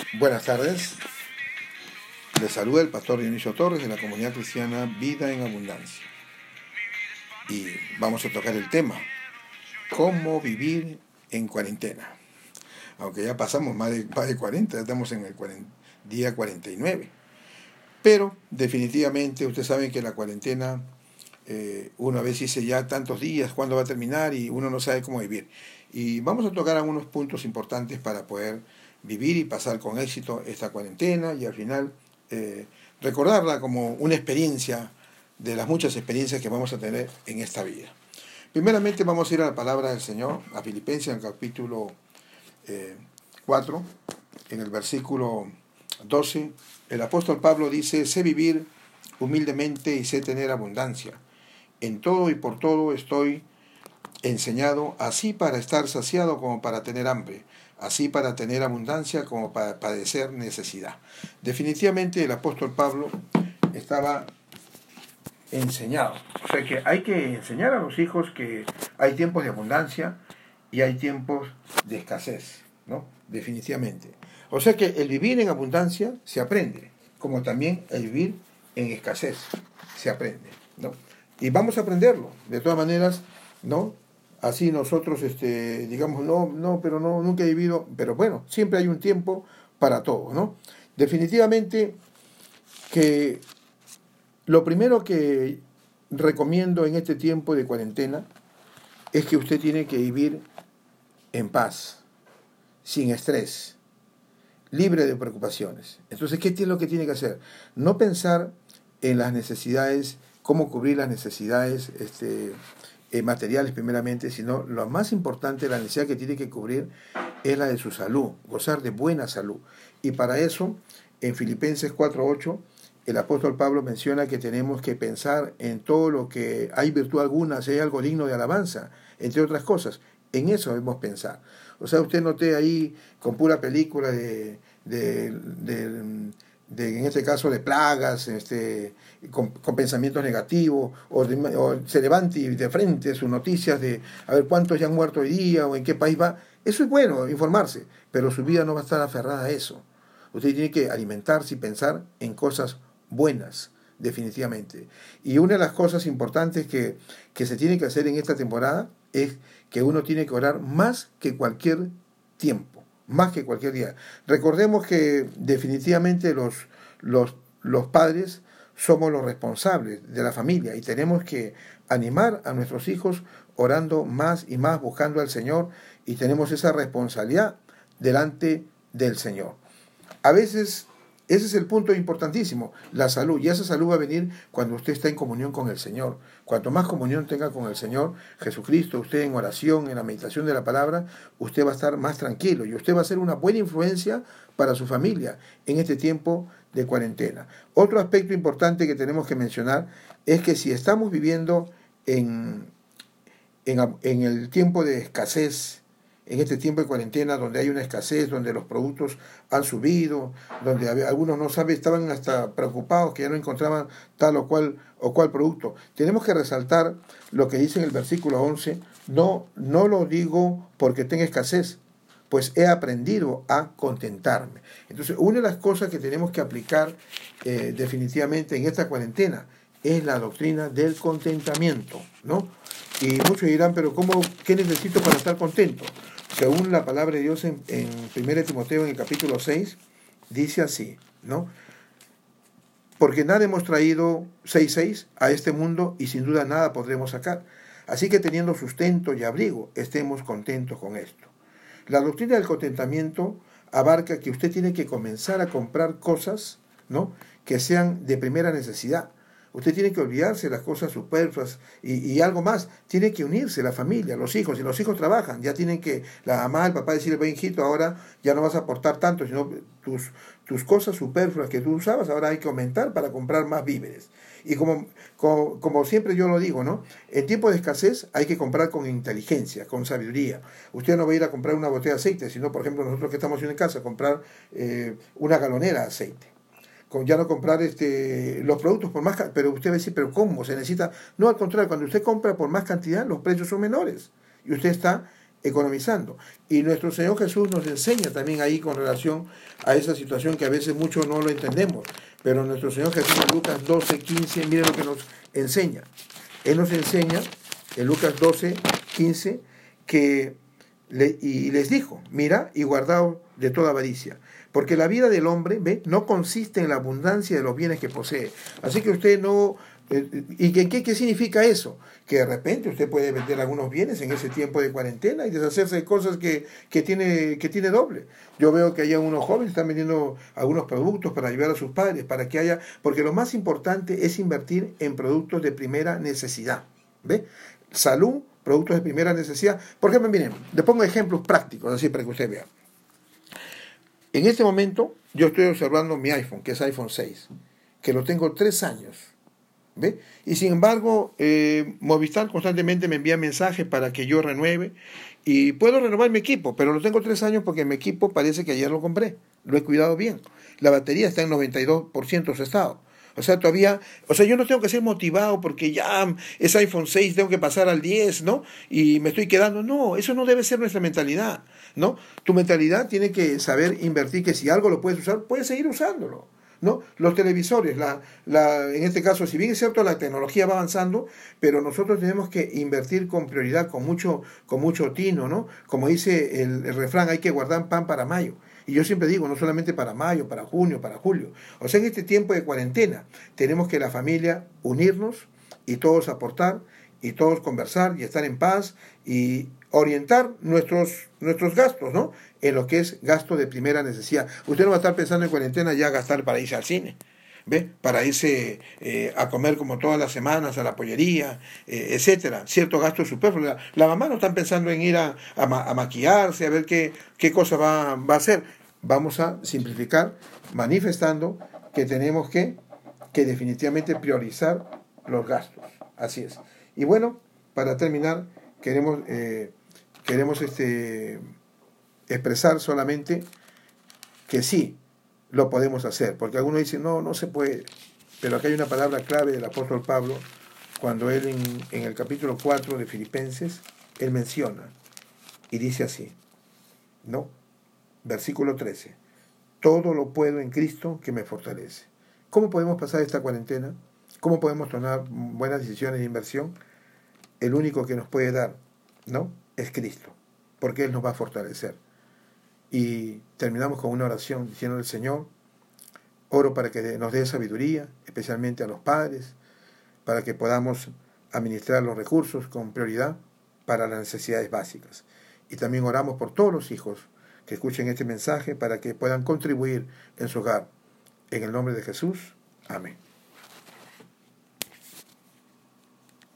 Buenas tardes, les saluda el pastor Dionisio Torres de la comunidad cristiana Vida en Abundancia. Y vamos a tocar el tema, cómo vivir en cuarentena. Aunque ya pasamos más de 40, ya estamos en el día 49. Pero definitivamente ustedes saben que la cuarentena, uno a veces dice ya tantos días, ¿cuándo va a terminar? Y uno no sabe cómo vivir. Y vamos a tocar algunos puntos importantes para poder vivir y pasar con éxito esta cuarentena y al final recordarla como una experiencia de las muchas experiencias que vamos a tener en esta vida. Primeramente vamos a ir a la palabra del Señor, a Filipenses, en el capítulo 4, en el versículo 12. El apóstol Pablo dice: sé vivir humildemente y sé tener abundancia. En todo y por todo estoy enseñado, así para estar saciado como para tener hambre, así para tener abundancia como para padecer necesidad. Definitivamente el apóstol Pablo estaba enseñado. O sea que hay que enseñar a los hijos que hay tiempos de abundancia y hay tiempos de escasez, ¿no? Definitivamente. O sea que el vivir en abundancia se aprende, como también el vivir en escasez se aprende, ¿no? Y vamos a aprenderlo, de todas maneras, ¿no? Así nosotros, digamos, pero nunca he vivido, pero bueno, siempre hay un tiempo para todo, ¿no? Definitivamente que lo primero que recomiendo en este tiempo de cuarentena es que usted tiene que vivir en paz, sin estrés, libre de preocupaciones. Entonces, ¿qué es lo que tiene que hacer? No pensar en las necesidades, cómo cubrir las necesidades materiales primeramente, sino lo más importante, la necesidad que tiene que cubrir es la de su salud, gozar de buena salud. Y para eso, en Filipenses 4:8, el apóstol Pablo menciona que tenemos que pensar en todo lo que hay virtud alguna, si hay algo digno de alabanza, entre otras cosas. En eso debemos pensar. O sea, usted no esté ahí con pura película en este caso de plagas, con pensamientos negativos, o se levante y de frente sus noticias de a ver cuántos ya han muerto hoy día o en qué país va. Eso es bueno, informarse, pero su vida no va a estar aferrada a eso. Usted tiene que alimentarse y pensar en cosas buenas, definitivamente. Y una de las cosas importantes que se tiene que hacer en esta temporada es que uno tiene que orar más que cualquier tiempo, más que cualquier día. Recordemos que definitivamente los padres somos los responsables de la familia y tenemos que animar a nuestros hijos orando más y más, buscando al Señor, y tenemos esa responsabilidad delante del Señor. A veces ese es el punto importantísimo, la salud, y esa salud va a venir cuando usted está en comunión con el Señor. Cuanto más comunión tenga con el Señor Jesucristo, usted en oración, en la meditación de la palabra, usted va a estar más tranquilo y usted va a ser una buena influencia para su familia en este tiempo de cuarentena. Otro aspecto importante que tenemos que mencionar es que si estamos viviendo en el tiempo de escasez, en este tiempo de cuarentena, donde hay una escasez, donde los productos han subido, donde algunos no saben, estaban hasta preocupados que ya no encontraban tal o cual producto. Tenemos que resaltar lo que dice en el versículo 11, no lo digo porque tenga escasez, pues he aprendido a contentarme. Entonces, una de las cosas que tenemos que aplicar definitivamente en esta cuarentena es la doctrina del contentamiento, ¿no? Y muchos dirán, pero ¿qué necesito para estar contento? Según la palabra de Dios en 1 Timoteo, en el capítulo 6, dice así, ¿no? Porque nada hemos traído, 6:6, a este mundo y sin duda nada podremos sacar. Así que teniendo sustento y abrigo, estemos contentos con esto. La doctrina del contentamiento abarca que usted tiene que comenzar a comprar cosas, ¿no?, que sean de primera necesidad. Usted tiene que olvidarse de las cosas superfluas y algo más. Tiene que unirse la familia, los hijos. Si los hijos trabajan, ya tienen que la mamá, el papá decirle: ven, hijito, ahora ya no vas a aportar tanto, sino tus cosas superfluas que tú usabas, ahora hay que aumentar para comprar más víveres. Y como siempre yo lo digo, ¿no? En tiempo de escasez hay que comprar con inteligencia, con sabiduría. Usted no va a ir a comprar una botella de aceite, sino, por ejemplo, nosotros que estamos en casa, comprar una galonera de aceite. Ya no comprar los productos por más, pero usted va a decir, pero ¿cómo? Se necesita. No, al contrario, cuando usted compra por más cantidad, los precios son menores y usted está economizando. Y nuestro Señor Jesús nos enseña también ahí con relación a esa situación que a veces muchos no lo entendemos. Pero nuestro Señor Jesús en Lucas 12:15, miren lo que nos enseña. Él nos enseña en Lucas 12:15 y les dijo, mira y guardaos de toda avaricia, porque la vida del hombre, ¿ve?, no consiste en la abundancia de los bienes que posee. Así que usted no... ¿Y qué significa eso? Que de repente usted puede vender algunos bienes en ese tiempo de cuarentena y deshacerse de cosas que tiene doble. Yo veo que hay unos jóvenes que están vendiendo algunos productos para ayudar a sus padres, para que haya... Porque lo más importante es invertir en productos de primera necesidad. ¿Ve? Salud, productos de primera necesidad. Por ejemplo, miren, le pongo ejemplos prácticos, así para que usted vea. En este momento yo estoy observando mi iPhone, que es iPhone 6, que lo tengo 3 años. ¿Ve? Y sin embargo, Movistar constantemente me envía mensajes para que yo renueve, y puedo renovar mi equipo, pero lo tengo 3 años porque mi equipo parece que ayer lo compré, lo he cuidado bien. La batería está en 92% de su estado. O sea, yo no tengo que ser motivado porque ya es iPhone 6, tengo que pasar al 10, ¿no? Y me estoy quedando. No, eso no debe ser nuestra mentalidad, ¿no? Tu mentalidad tiene que saber invertir, que si algo lo puedes usar, puedes seguir usándolo, ¿no? Los televisores, en este caso, si bien es cierto, la tecnología va avanzando, pero nosotros tenemos que invertir con prioridad, con mucho tino, ¿no? Como dice el refrán, hay que guardar pan para mayo. Y yo siempre digo, no solamente para mayo, para junio, para julio. O sea, en este tiempo de cuarentena, tenemos que la familia unirnos y todos aportar y todos conversar y estar en paz y orientar nuestros gastos, ¿no?, en lo que es gasto de primera necesidad. Usted no va a estar pensando en cuarentena ya gastar para irse al cine, ¿ve?, para irse a comer como todas las semanas a la pollería, etcétera, ciertos gastos superfluos. La mamá no está pensando en ir a maquillarse, a ver qué cosa va a hacer. Vamos a simplificar manifestando que tenemos que definitivamente priorizar los gastos. Así es. Y bueno, para terminar, queremos expresar solamente que sí lo podemos hacer, porque algunos dicen no se puede, pero acá hay una palabra clave del apóstol Pablo cuando él en el capítulo 4 de Filipenses él menciona y dice así, ¿no? Versículo 13, todo lo puedo en Cristo que me fortalece. ¿Cómo podemos pasar esta cuarentena? ¿Cómo podemos tomar buenas decisiones de inversión? El único que nos puede dar, ¿no?, es Cristo, porque Él nos va a fortalecer. Y terminamos con una oración diciendo al Señor, oro para que nos dé sabiduría, especialmente a los padres, para que podamos administrar los recursos con prioridad para las necesidades básicas. Y también oramos por todos los hijos que escuchen este mensaje para que puedan contribuir en su hogar. En el nombre de Jesús. Amén.